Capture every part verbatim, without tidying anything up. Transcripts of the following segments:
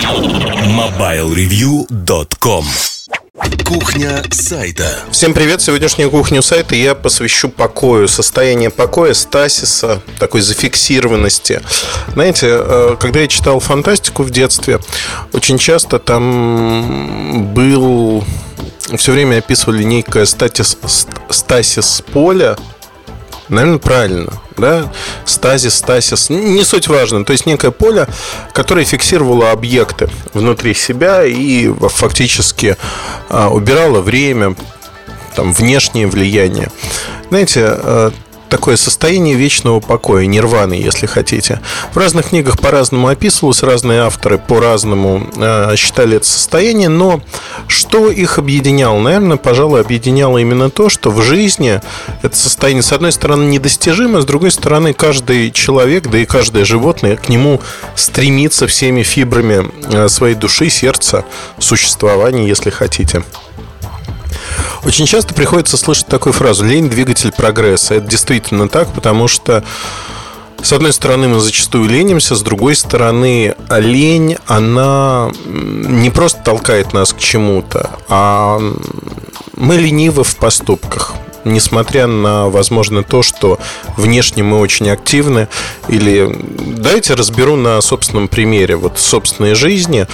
мобайл ревью точка ком. Кухня сайта. Всем привет! Сегодняшнюю кухню сайта я посвящу покою. Состояние покоя, стасиса, такой зафиксированности. Знаете, когда я читал фантастику в детстве, очень часто там был... Все время описывали некое статис, стасис поля. Наверное, правильно, да? Стазис, стасис, не суть важно. То есть некое поле, которое фиксировало объекты внутри себя и фактически а, убирало время, там, внешнее влияние. Знаете, а, такое состояние вечного покоя, нирваны, если хотите. В разных книгах по-разному описывалось, разные авторы по-разному э, считали это состояние, но что их объединяло? Наверное, пожалуй, объединяло именно то, что в жизни это состояние, с одной стороны, недостижимо, с другой стороны, каждый человек, да и каждое животное к нему стремится всеми фибрами э, своей души, сердца, существования, если хотите. Очень часто приходится слышать такую фразу: лень – двигатель прогресса. Это действительно так, потому что, с одной стороны, мы зачастую ленимся, с другой стороны, лень, она не просто толкает нас к чему-то, а мы ленивы в поступках. Несмотря на, возможно, то, что внешне мы очень активны. Или давайте разберу на собственном примере, вот собственной жизни,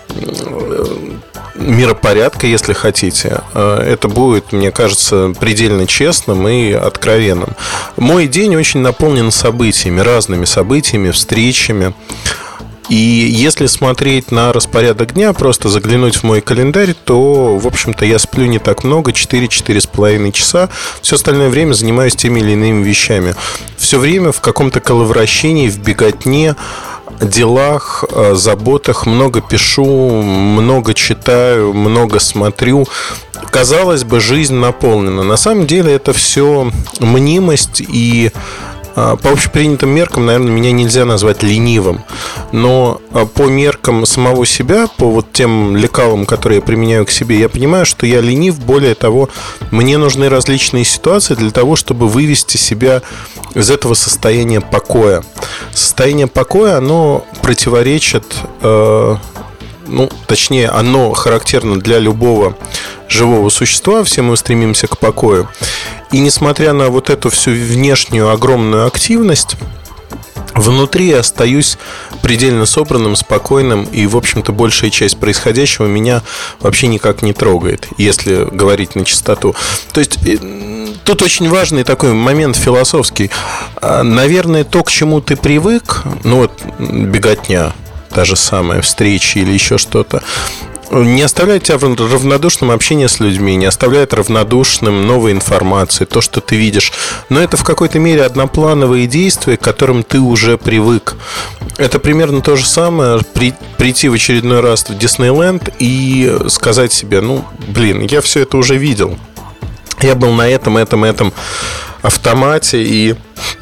миропорядка, если хотите. Это будет, мне кажется, предельно честным и откровенным. Мой день очень наполнен событиями, разными событиями, встречами. И если смотреть на распорядок дня, просто заглянуть в мой календарь, то, в общем-то, я сплю не так много, четыре-четыре с половиной часа. Все остальное время занимаюсь теми или иными вещами. Все время в каком-то коловращении, в беготне, делах, заботах. Много пишу, много читаю, много смотрю. Казалось бы, жизнь наполнена. На самом деле это все мнимость. И по общепринятым меркам, наверное, меня нельзя назвать ленивым. Но по меркам самого себя, по вот тем лекалам, которые я применяю к себе, я понимаю, что я ленив. Более того, мне нужны различные ситуации для того, чтобы вывести себя из этого состояния покоя. Состояние покоя, оно противоречит, э, ну, точнее, оно характерно для любого живого существа. Все мы стремимся к покою. И несмотря на вот эту всю внешнюю огромную активность, внутри я остаюсь предельно собранным, спокойным. И, в общем-то, большая часть происходящего меня вообще никак не трогает, если говорить на чистоту. То есть тут очень важный такой момент философский. Наверное, то, к чему ты привык, ну вот беготня, та же самая, встречи или еще что-то, не оставляет тебя равнодушным общение с людьми, не оставляет равнодушным новой информации, то, что ты видишь. Но это в какой-то мере одноплановые действия, к которым ты уже привык. Это примерно то же самое при, прийти в очередной раз в Диснейленд и сказать себе: ну, блин, я все это уже видел. Я был на этом, этом, этом автомате, и,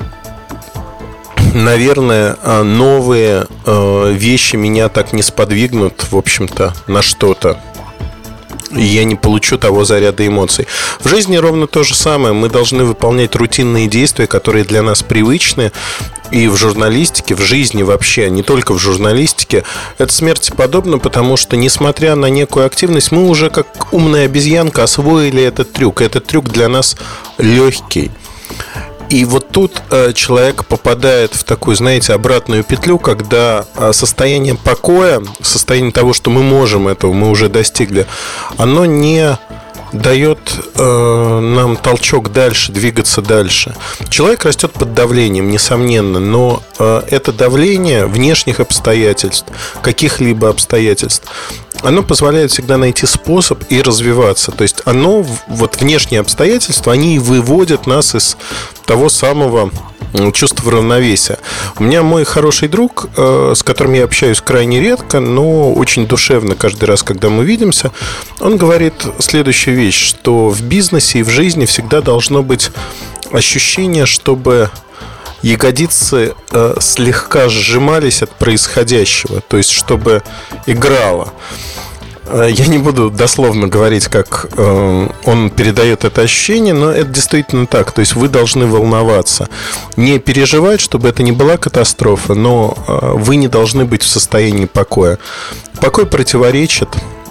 наверное, новые вещи меня так не сподвигнут, в общем-то, на что-то. И я не получу того заряда эмоций. В жизни ровно то же самое. Мы должны выполнять рутинные действия, которые для нас привычны. И в журналистике, в жизни вообще, не только в журналистике, это смерти подобно, потому что, несмотря на некую активность, мы уже как умная обезьянка освоили этот трюк. Этот трюк для нас легкий. И вот тут э, человек попадает в такую, знаете, обратную петлю, когда э, состояние покоя, состояние того, что мы можем этого, мы уже достигли, оно не дает э, нам толчок дальше, двигаться дальше. Человек растет под давлением, несомненно, но э, это давление внешних обстоятельств, каких-либо обстоятельств, оно позволяет всегда найти способ и развиваться. То есть оно, вот внешние обстоятельства, они выводят нас из того самого чувства равновесия. У меня мой хороший друг, с которым я общаюсь крайне редко, но очень душевно каждый раз, когда мы видимся, он говорит следующую вещь, что в бизнесе и в жизни всегда должно быть ощущение, чтобы ягодицы э, слегка сжимались от происходящего, то есть чтобы играло. Я не буду дословно говорить, как э, он передает это ощущение, но это действительно так. То есть вы должны волноваться, не переживать, чтобы это не была катастрофа, но э, вы не должны быть в состоянии покоя. Покой противоречит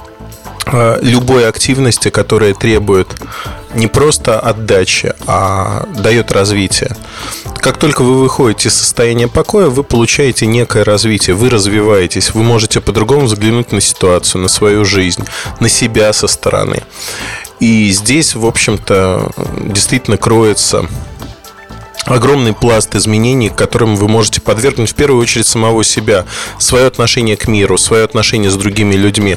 э, любой активности, которая требует не просто отдачи, а дает развитие. Как только вы выходите из состояния покоя, вы получаете некое развитие, вы развиваетесь, вы можете по-другому взглянуть на ситуацию, на свою жизнь, на себя со стороны. И здесь, в общем-то, действительно кроется огромный пласт изменений, к которым вы можете подвергнуть в первую очередь самого себя, свое отношение к миру, свое отношение с другими людьми.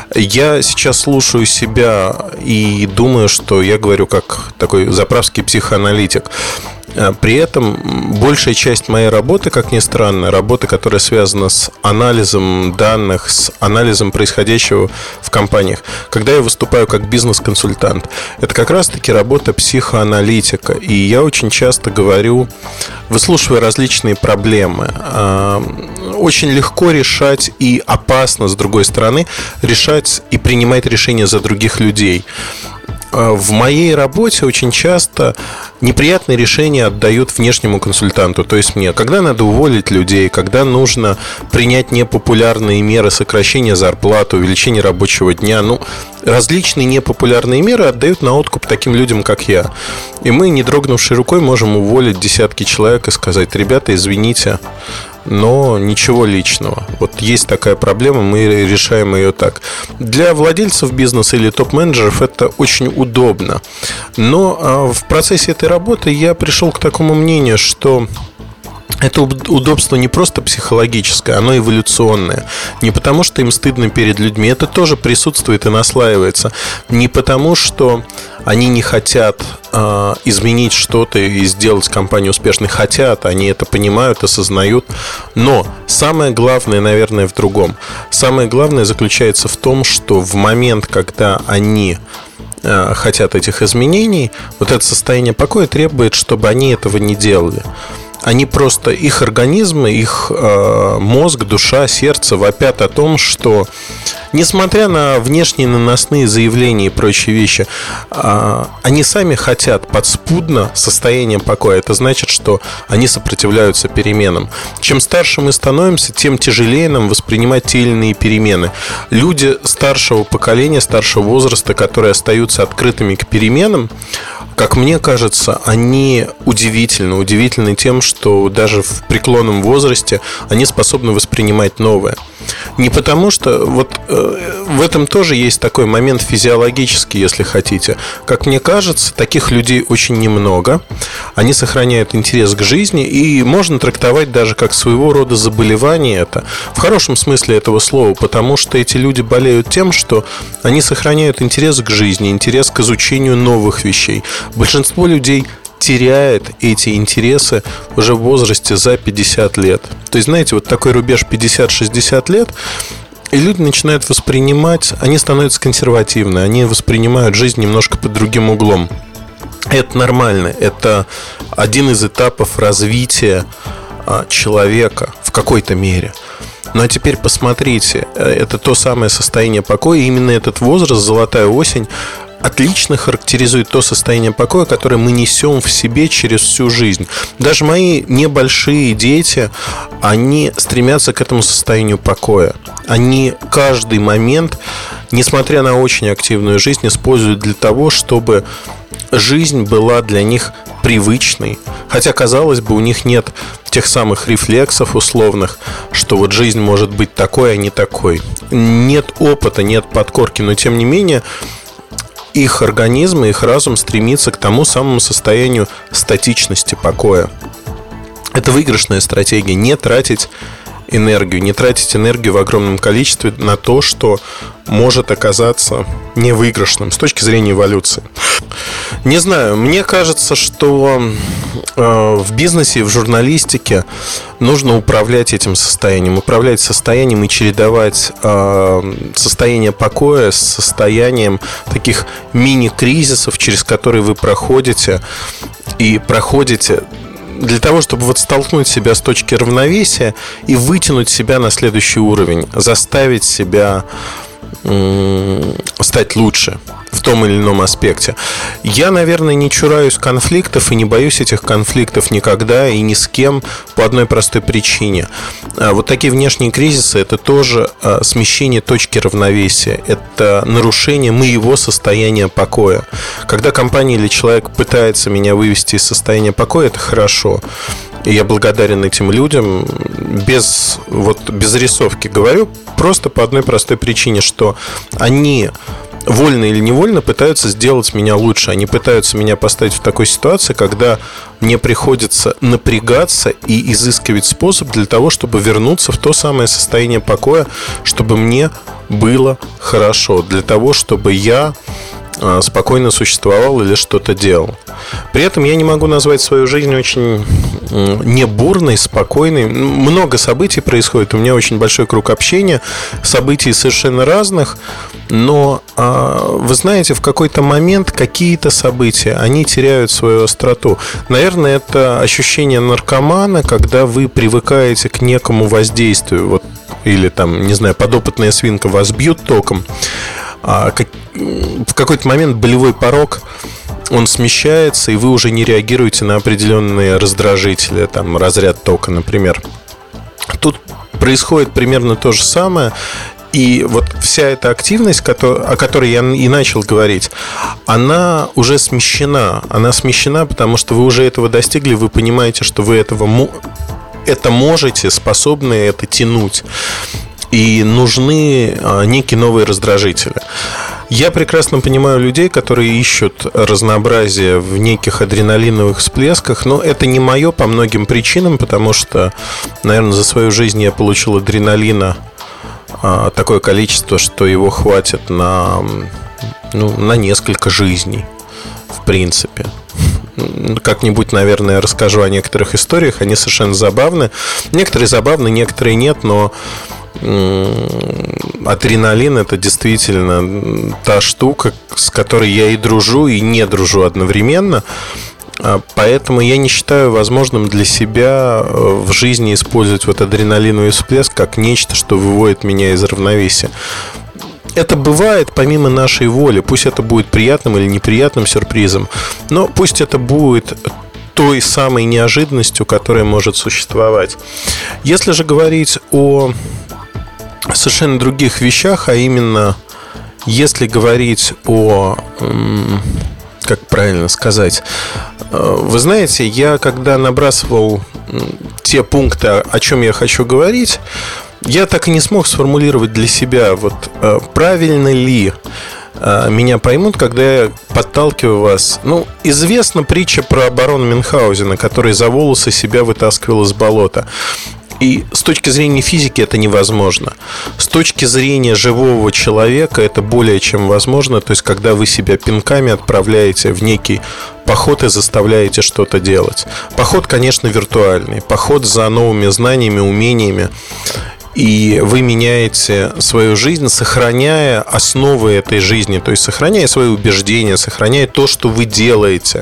Я сейчас слушаю себя и думаю, что я говорю как такой заправский психоаналитик. При этом большая часть моей работы, как ни странно, работа, которая связана с анализом данных, с анализом происходящего в компаниях, когда я выступаю как бизнес-консультант, это как раз-таки работа психоаналитика. И я очень часто говорю, выслушивая различные проблемы, очень легко решать и опасно, с другой стороны, решать и принимать решения за других людей. В моей работе очень часто неприятные решения отдают внешнему консультанту, то есть мне, когда надо уволить людей, когда нужно принять непопулярные меры сокращения зарплаты, увеличения рабочего дня. Ну, различные непопулярные меры отдают на откуп таким людям, как я. И мы, не дрогнувшей рукой, можем уволить десятки человек и сказать: ребята, извините, но ничего личного. Вот есть такая проблема, мы решаем ее так. Для владельцев бизнеса или топ-менеджеров это очень удобно. Но в процессе этой работы я пришел к такому мнению, что это удобство не просто психологическое, оно эволюционное. Не потому, что им стыдно перед людьми, это тоже присутствует и наслаивается. Не потому, что они не хотят э, изменить что-то и сделать компанию успешной. Хотят, они это понимают, осознают. Но самое главное, наверное, в другом. Самое главное заключается в том, что в момент, когда они э, хотят этих изменений, вот это состояние покоя требует, чтобы они этого не делали. Они просто, их организмы, их э, мозг, душа, сердце вопят о том, что, несмотря на внешние наносные заявления и прочие вещи, э, они сами хотят подспудно состояние покоя. Это значит, что они сопротивляются переменам. Чем старше мы становимся, тем тяжелее нам воспринимать те или иные перемены. Люди старшего поколения, старшего возраста, которые остаются открытыми к переменам, как мне кажется, они удивительны, удивительны тем, что даже в преклонном возрасте они способны воспринимать новое. Не потому что, вот э, в этом тоже есть такой момент физиологический, если хотите. Как мне кажется, таких людей очень немного. Они сохраняют интерес к жизни, и можно трактовать даже как своего рода заболевание это, в хорошем смысле этого слова, потому что эти люди болеют тем, что они сохраняют интерес к жизни, интерес к изучению новых вещей. Большинство людей теряет эти интересы уже в возрасте за пятьдесят лет. То есть, знаете, вот такой рубеж пятьдесят-шестьдесят лет, и люди начинают воспринимать, они становятся консервативны, они воспринимают жизнь немножко под другим углом. Это нормально, это один из этапов развития человека в какой-то мере. Ну а теперь посмотрите, это то самое состояние покоя, именно этот возраст, золотая осень, отлично характеризует то состояние покоя, которое мы несем в себе через всю жизнь. Даже мои небольшие дети, они стремятся к этому состоянию покоя. Они каждый момент, несмотря на очень активную жизнь, используют для того, чтобы жизнь была для них привычной. Хотя, казалось бы, у них нет тех самых рефлексов условных, что вот жизнь может быть такой, а не такой. Нет опыта, нет подкорки, но тем не менее их организм и их разум стремится к тому самому состоянию статичности, покоя. Это выигрышная стратегия. Не тратить энергию, не тратить энергию в огромном количестве на то, что может оказаться невыигрышным с точки зрения эволюции. Не знаю, мне кажется, что э, в бизнесе и в журналистике нужно управлять этим состоянием, управлять состоянием и чередовать э, состояние покоя с состоянием таких мини-кризисов, через которые вы проходите и проходите для того, чтобы вот столкнуть себя с точки равновесия и вытянуть себя на следующий уровень, заставить себя стать лучше в том или ином аспекте. Я, наверное, не чураюсь конфликтов и не боюсь этих конфликтов никогда и ни с кем по одной простой причине. Вот такие внешние кризисы – это тоже смещение точки равновесия, это нарушение моего состояния покоя. Когда компания или человек пытается меня вывести из состояния покоя, это хорошо. И я благодарен этим людям без, вот, без рисовки. Говорю просто по одной простой причине, что они вольно или невольно пытаются сделать меня лучше. Они пытаются меня поставить в такой ситуации, когда мне приходится напрягаться и изыскивать способ для того, чтобы вернуться в то самое состояние покоя, чтобы мне было хорошо, для того, чтобы я спокойно существовал или что-то делал. При этом я не могу назвать свою жизнь очень не бурной, спокойной. Много событий происходит. У меня очень большой круг общения, событий совершенно разных. Но, вы знаете, в какой-то момент какие-то события, они теряют свою остроту. Наверное, это ощущение наркомана, когда вы привыкаете к некому воздействию. Вот, или там, не знаю, подопытная свинка вас бьют током. А в какой-то момент болевой порог, он смещается, и вы уже не реагируете на определенные раздражители, там, разряд тока, например. Тут происходит примерно то же самое. И вот вся эта активность, о которой я и начал говорить, она уже смещена. Она смещена, потому что вы уже этого достигли, вы понимаете, что вы этого это можете, способны это тянуть. И нужны некие новые раздражители. Я прекрасно понимаю людей, которые ищут разнообразие в неких адреналиновых всплесках. Но это не мое по многим причинам, потому что, наверное, за свою жизнь я получил адреналина такое количество, что его хватит на, ну, на несколько жизней, в принципе. Как-нибудь, наверное, я расскажу о некоторых историях. Они совершенно забавны. Некоторые забавны, некоторые нет, но адреналин – это действительно та штука, с которой я и дружу, и не дружу одновременно. Поэтому я не считаю возможным для себя в жизни использовать вот адреналиновый всплеск как нечто, что выводит меня из равновесия. Это бывает помимо нашей воли. Пусть это будет приятным или неприятным сюрпризом, но пусть это будет той самой неожиданностью, которая может существовать. Если же говорить о совершенно других вещах, а именно, если говорить о, как правильно сказать, вы знаете, я когда набрасывал те пункты, о чем я хочу говорить, я так и не смог сформулировать для себя, вот правильно ли меня поймут, когда я подталкиваю вас. Ну, известна притча про барона Мюнхгаузена, который за волосы себя вытаскивал из болота. И с точки зрения физики это невозможно. С точки зрения живого человека это более чем возможно. То есть, когда вы себя пинками отправляете в некий поход и заставляете что-то делать. Поход, конечно, виртуальный. Поход за новыми знаниями, умениями. И вы меняете свою жизнь, сохраняя основы этой жизни. То есть, сохраняя свои убеждения, сохраняя то, что вы делаете.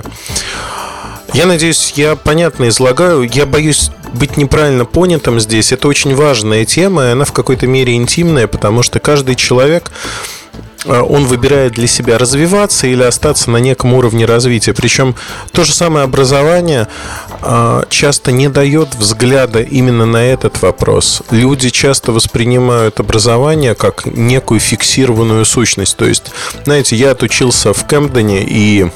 Я надеюсь, я понятно излагаю. Я боюсь быть неправильно понятым здесь. Это очень важная тема, и она в какой-то мере интимная, потому что каждый человек, он выбирает для себя развиваться или остаться на неком уровне развития. Причем то же самое образование часто не дает взгляда именно на этот вопрос. Люди часто воспринимают образование как некую фиксированную сущность. То есть, знаете, я отучился в Кэмдене, и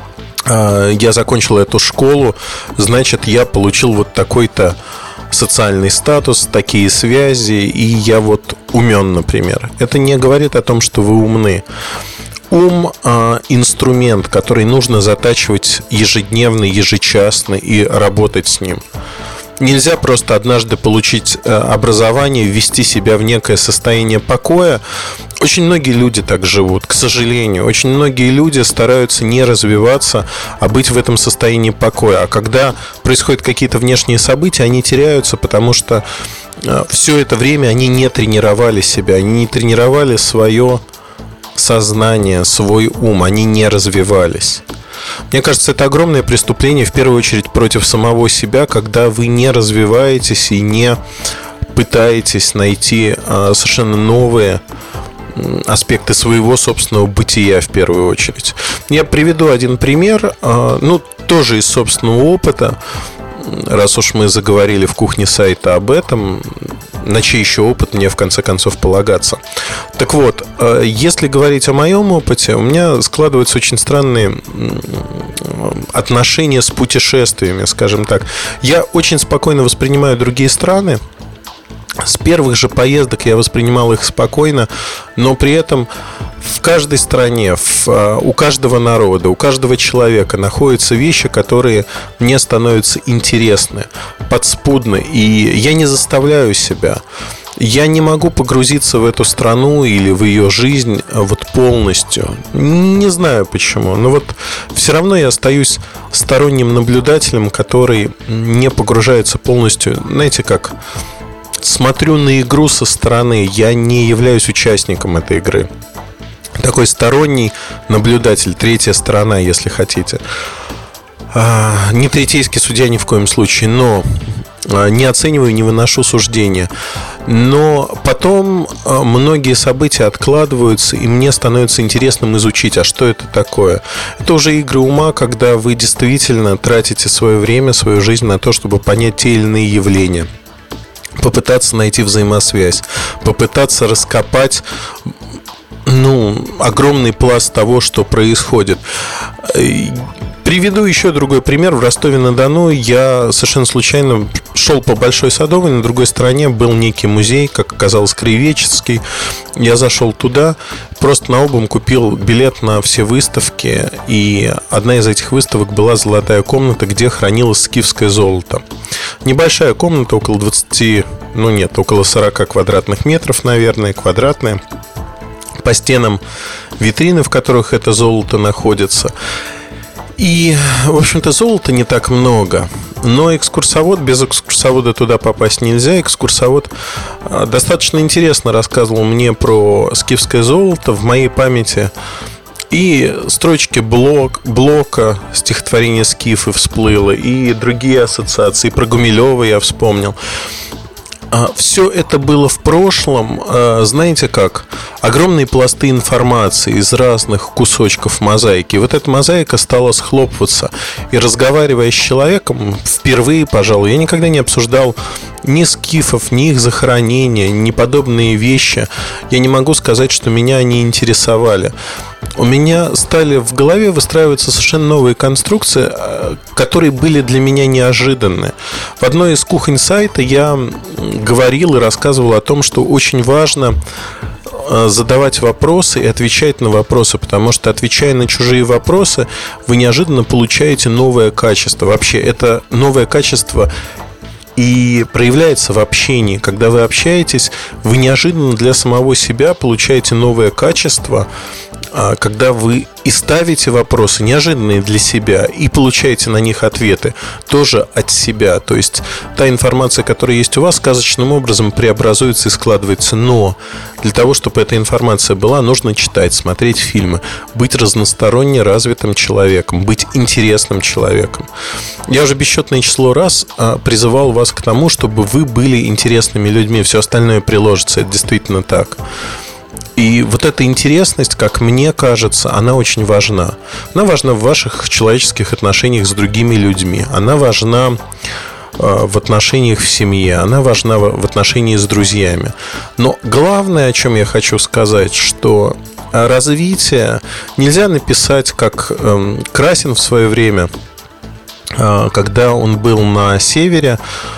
я закончил эту школу, значит, я получил вот такой-то социальный статус, такие связи, и я вот умен, например. Это не говорит о том, что вы умны. Ум – инструмент, который нужно затачивать ежедневно, ежечасно и работать с ним. Нельзя просто однажды получить образование, ввести себя в некое состояние покоя. Очень многие люди так живут, к сожалению. Очень многие люди стараются не развиваться, а быть в этом состоянии покоя. А когда происходят какие-то внешние события, они теряются, потому что все это время они не тренировали себя, они не тренировали свое сознание, свой ум, они не развивались. Мне кажется, это огромное преступление, в первую очередь, против самого себя, когда вы не развиваетесь и не пытаетесь найти совершенно новые аспекты своего собственного бытия в первую очередь. Я приведу один пример, ну, тоже из собственного опыта. Раз уж мы заговорили в кухне сайта об этом, на чей еще опыт мне в конце концов полагаться. Так вот, если говорить о моем опыте, у меня складываются очень странные отношения с путешествиями, скажем так. Я очень спокойно воспринимаю другие страны. С первых же поездок я воспринимал их спокойно, но при этом в каждой стране, в, у каждого народа, у каждого человека находятся вещи, которые мне становятся интересны, подспудны, и я не заставляю себя. Я не могу погрузиться в эту страну или в ее жизнь вот полностью. Не знаю почему, но вот все равно я остаюсь сторонним наблюдателем, который не погружается полностью, знаете как... Смотрю на игру со стороны, я не являюсь участником этой игры. Такой сторонний наблюдатель, третья сторона, если хотите. Не третейский судья ни в коем случае, но не оцениваю, не выношу суждения. Но потом многие события откладываются, и мне становится интересным изучить, а что это такое. Это уже игры ума, когда вы действительно тратите свое время, свою жизнь на то, чтобы понять те или иные явления, попытаться найти взаимосвязь, попытаться раскопать, ну, огромный пласт того, что происходит. Приведу еще другой пример. В Ростове-на-Дону я совершенно случайно шел по Большой Садовой. На другой стороне был некий музей, как оказалось, краеведческий. Я зашел туда, просто наобум купил билет на все выставки. И одна из этих выставок была «Золотая комната», где хранилось скифское золото. Небольшая комната, около двадцати, ну нет, около сорока квадратных метров, наверное, квадратная. По стенам витрины, в которых это золото находится. И, в общем-то, золота не так много. Но экскурсовод, без экскурсовода туда попасть нельзя. Экскурсовод достаточно интересно рассказывал мне про скифское золото. В моей памяти и строчки блок, блока стихотворения «Скифы» всплыло, и другие ассоциации. Про Гумилева я вспомнил. Все это было в прошлом, знаете как, огромные пласты информации из разных кусочков мозаики. И вот эта мозаика стала схлопываться. И разговаривая с человеком, впервые, пожалуй, я никогда не обсуждал ни скифов, ни их захоронения, ни подобные вещи. Я не могу сказать, что меня они интересовали. У меня стали в голове выстраиваться совершенно новые конструкции, которые были для меня неожиданны. В одной из кухонь сайта я говорил и рассказывал о том, что очень важно задавать вопросы и отвечать на вопросы, потому что, отвечая на чужие вопросы, вы неожиданно получаете новое качество. Вообще, это новое качество и проявляется в общении. Когда вы общаетесь, вы неожиданно для самого себя получаете новое качество, когда вы и ставите вопросы неожиданные для себя и получаете на них ответы тоже от себя. То есть та информация, которая есть у вас, сказочным образом преобразуется и складывается. Но для того, чтобы эта информация была, нужно читать, смотреть фильмы, быть разносторонне развитым человеком, быть интересным человеком. Я уже бесчетное число раз призывал вас к тому, чтобы вы были интересными людьми. Все остальное приложится, это действительно так. И вот эта интересность, как мне кажется, она очень важна. Она важна в ваших человеческих отношениях с другими людьми. Она важна в отношениях в семье. Она важна в отношении с друзьями. Но главное, о чем я хочу сказать, что развитие нельзя написать, как Красин в свое время, когда он был на севере.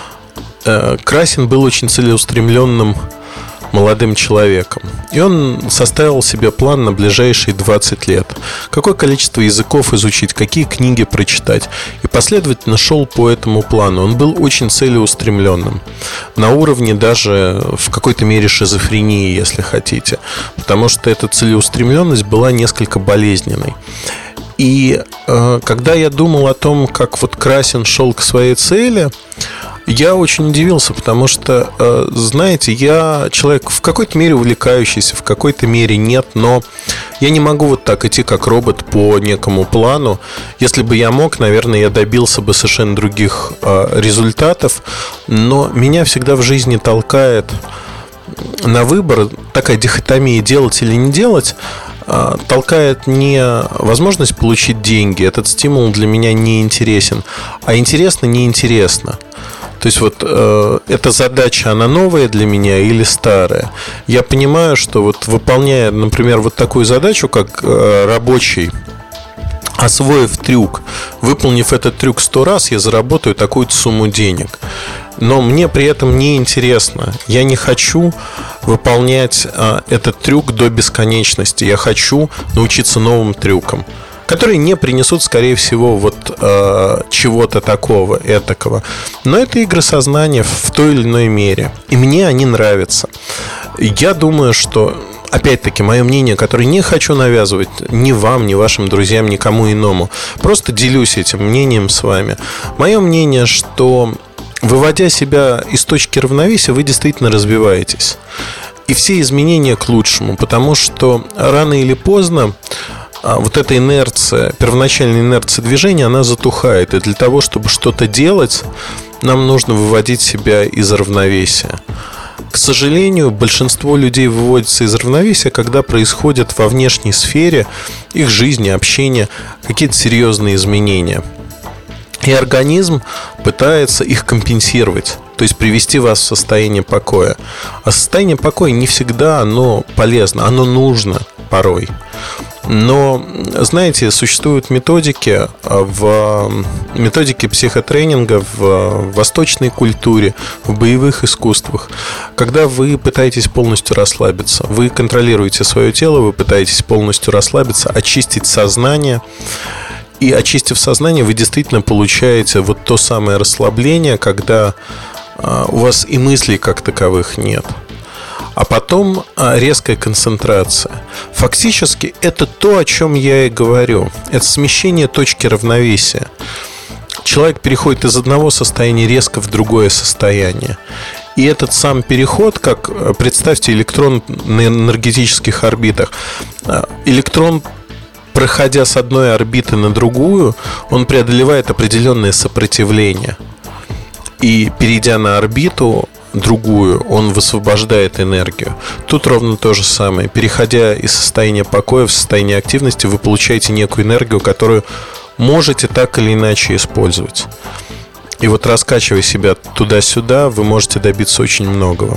Красин был очень целеустремленным молодым человеком. И он составил себе план на ближайшие двадцать лет. Какое количество языков изучить, какие книги прочитать. И последовательно шел по этому плану. Он был очень целеустремленным. На уровне даже в какой-то мере шизофрении, если хотите. Потому что эта целеустремленность была несколько болезненной. И э, когда я думал о том, как вот Красин шел к своей цели, я очень удивился, потому что, э, знаете, я человек в какой-то мере увлекающийся, в какой-то мере нет, но я не могу вот так идти как робот по некому плану. Если бы я мог, наверное, я добился бы совершенно других э, результатов. Но меня всегда в жизни толкает на выбор, такая дихотомия делать или не делать, толкает не возможность получить деньги. Этот стимул для меня не интересен, а интересно, неинтересно. То есть вот э, эта задача, она новая для меня или старая? Я понимаю, что вот выполняя, например, вот такую задачу, как э, рабочий, освоив трюк, выполнив этот трюк сто раз, я заработаю такую-то сумму денег. Но мне при этом не интересно. Я не хочу выполнять э, этот трюк до бесконечности. Я хочу научиться новым трюкам, которые не принесут, скорее всего, вот э, чего-то такого, этакого. Но это игры сознания в той или иной мере. И мне они нравятся. Я думаю, что, опять-таки, мое мнение, которое не хочу навязывать ни вам, ни вашим друзьям, никому иному. Просто делюсь этим мнением с вами. Мое мнение, что, выводя себя из точки равновесия, вы действительно развиваетесь. И все изменения к лучшему. Потому что рано или поздно вот эта инерция, первоначальная инерция движения, она затухает. И для того, чтобы что-то делать, нам нужно выводить себя из равновесия. К сожалению, большинство людей выводится из равновесия, когда происходят во внешней сфере их жизни, общения какие-то серьезные изменения. И организм пытается их компенсировать, то есть привести вас в состояние покоя. А состояние покоя не всегда оно полезно, оно нужно порой. Но, знаете, существуют методики в методики психотренинга в восточной культуре, в боевых искусствах, когда вы пытаетесь полностью расслабиться. Вы контролируете свое тело, вы пытаетесь полностью расслабиться, очистить сознание. И, очистив сознание, вы действительно получаете вот то самое расслабление, когда у вас и мыслей как таковых нет. А потом резкая концентрация. Фактически это то, о чем я и говорю. Это смещение точки равновесия. Человек переходит из одного состояния резко в другое состояние. И этот сам переход, как, представьте, электрон на энергетических орбитах. Электрон, проходя с одной орбиты на другую, он преодолевает определенное сопротивление. И, перейдя на орбиту другую, он высвобождает энергию. Тут ровно то же самое. Переходя из состояния покоя в состояние активности, вы получаете некую энергию, которую можете так или иначе использовать. И вот, раскачивая себя туда-сюда, вы можете добиться очень многого.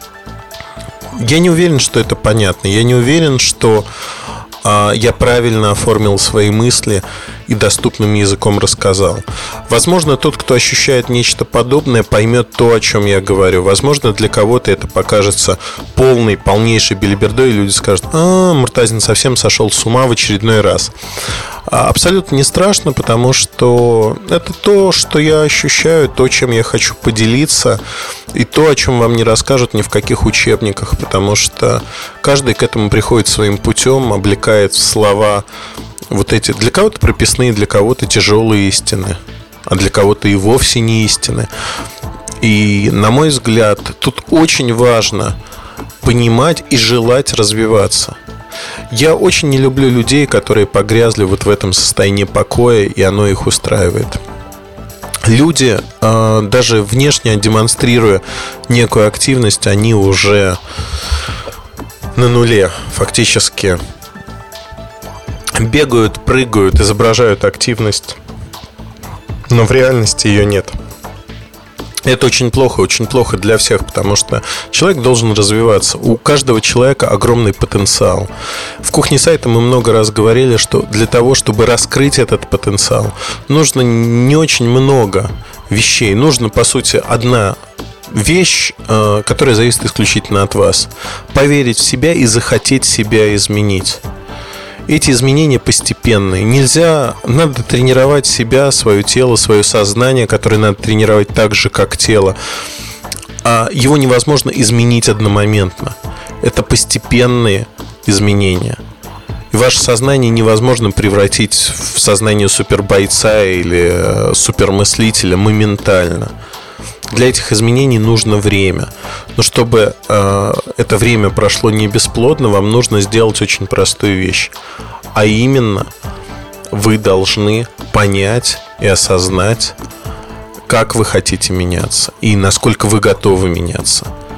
Я не уверен, что это понятно. Я не уверен, что а, я правильно оформил свои мысли и доступным языком рассказал. Возможно, тот, кто ощущает нечто подобное, поймет то, о чем я говорю. Возможно, для кого-то это покажется полной, полнейшей белибердой, и люди скажут: а, Муртазин совсем сошел с ума в очередной раз. Абсолютно не страшно, потому что это то, что я ощущаю, то, чем я хочу поделиться, и то, о чем вам не расскажут ни в каких учебниках, потому что каждый к этому приходит своим путем, облекает в слова вот эти, для кого-то прописные, для кого-то тяжелые истины, а для кого-то и вовсе не истины. И, на мой взгляд, тут очень важно понимать и желать развиваться. Я очень не люблю людей, которые погрязли вот в этом состоянии покоя, и оно их устраивает. Люди, даже внешне демонстрируя некую активность, они уже на нуле фактически. Бегают, прыгают, изображают активность, но в реальности ее нет. Это очень плохо, очень плохо для всех, потому что человек должен развиваться. У каждого человека огромный потенциал. В кухне сайта мы много раз говорили, что для того, чтобы раскрыть этот потенциал, нужно не очень много вещей. Нужно, по сути, одна вещь, которая зависит исключительно от вас. Поверить в себя и захотеть себя изменить. Эти изменения постепенные. Нельзя, надо тренировать себя, свое тело, свое сознание, которое надо тренировать так же, как тело. А его невозможно изменить одномоментно. Это постепенные изменения. И ваше сознание невозможно превратить в сознание супербойца или супермыслителя моментально. Для этих изменений нужно время. Но чтобы э, это время прошло не бесплодно, вам нужно сделать очень простую вещь. А именно, вы должны понять и осознать, как вы хотите меняться и насколько вы готовы меняться.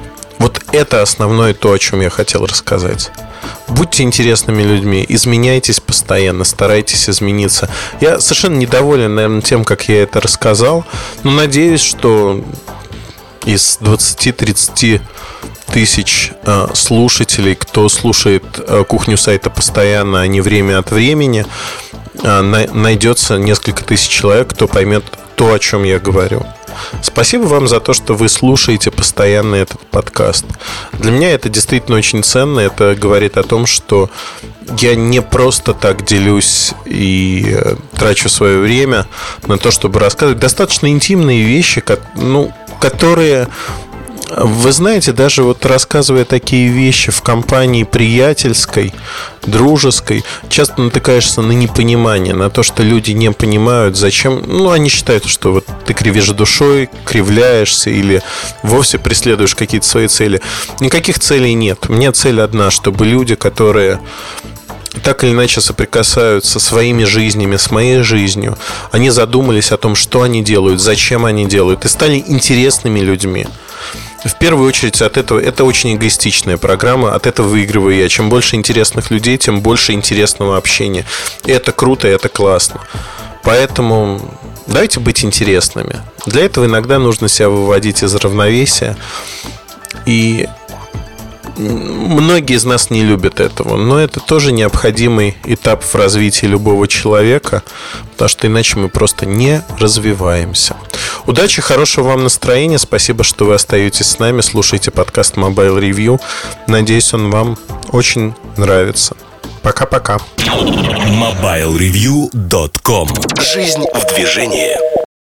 Вот это основное то, о чем я хотел рассказать. Будьте интересными людьми, изменяйтесь постоянно, старайтесь измениться. Я совершенно недоволен, наверное, тем, как я это рассказал, но надеюсь, что из двадцати-тридцати тысяч э, слушателей, кто слушает э, «Кухню сайта» постоянно, а не время от времени, э, на- найдется несколько тысяч человек, кто поймет то, о чем я говорю. Спасибо вам за то, что вы слушаете постоянно этот подкаст. Для меня это действительно очень ценно. Это говорит о том, что я не просто так делюсь и трачу свое время на то, чтобы рассказывать достаточно интимные вещи, ну, которые... Вы знаете, даже вот рассказывая такие вещи в компании приятельской, дружеской, часто натыкаешься на непонимание, на то, что люди не понимают, зачем. Ну, они считают, что вот ты кривишь душой, кривляешься или вовсе преследуешь какие-то свои цели. Никаких целей нет. У меня цель одна, чтобы люди, которые так или иначе соприкасаются своими жизнями, с моей жизнью, они задумались о том, что они делают, зачем они делают, и стали интересными людьми. В первую очередь от этого, это очень эгоистичная программа, от этого выигрываю я. Чем больше интересных людей, тем больше интересного общения. И это круто, и это классно. Поэтому давайте быть интересными. Для этого иногда нужно себя выводить из равновесия. И многие из нас не любят этого, но это тоже необходимый этап в развитии любого человека, потому что иначе мы просто не развиваемся. Удачи, хорошего вам настроения. Спасибо, что вы остаетесь с нами. Слушайте подкаст Mobile Review. Надеюсь, он вам очень нравится. Пока-пока. мобайл ревью точка ком. Жизнь в движении.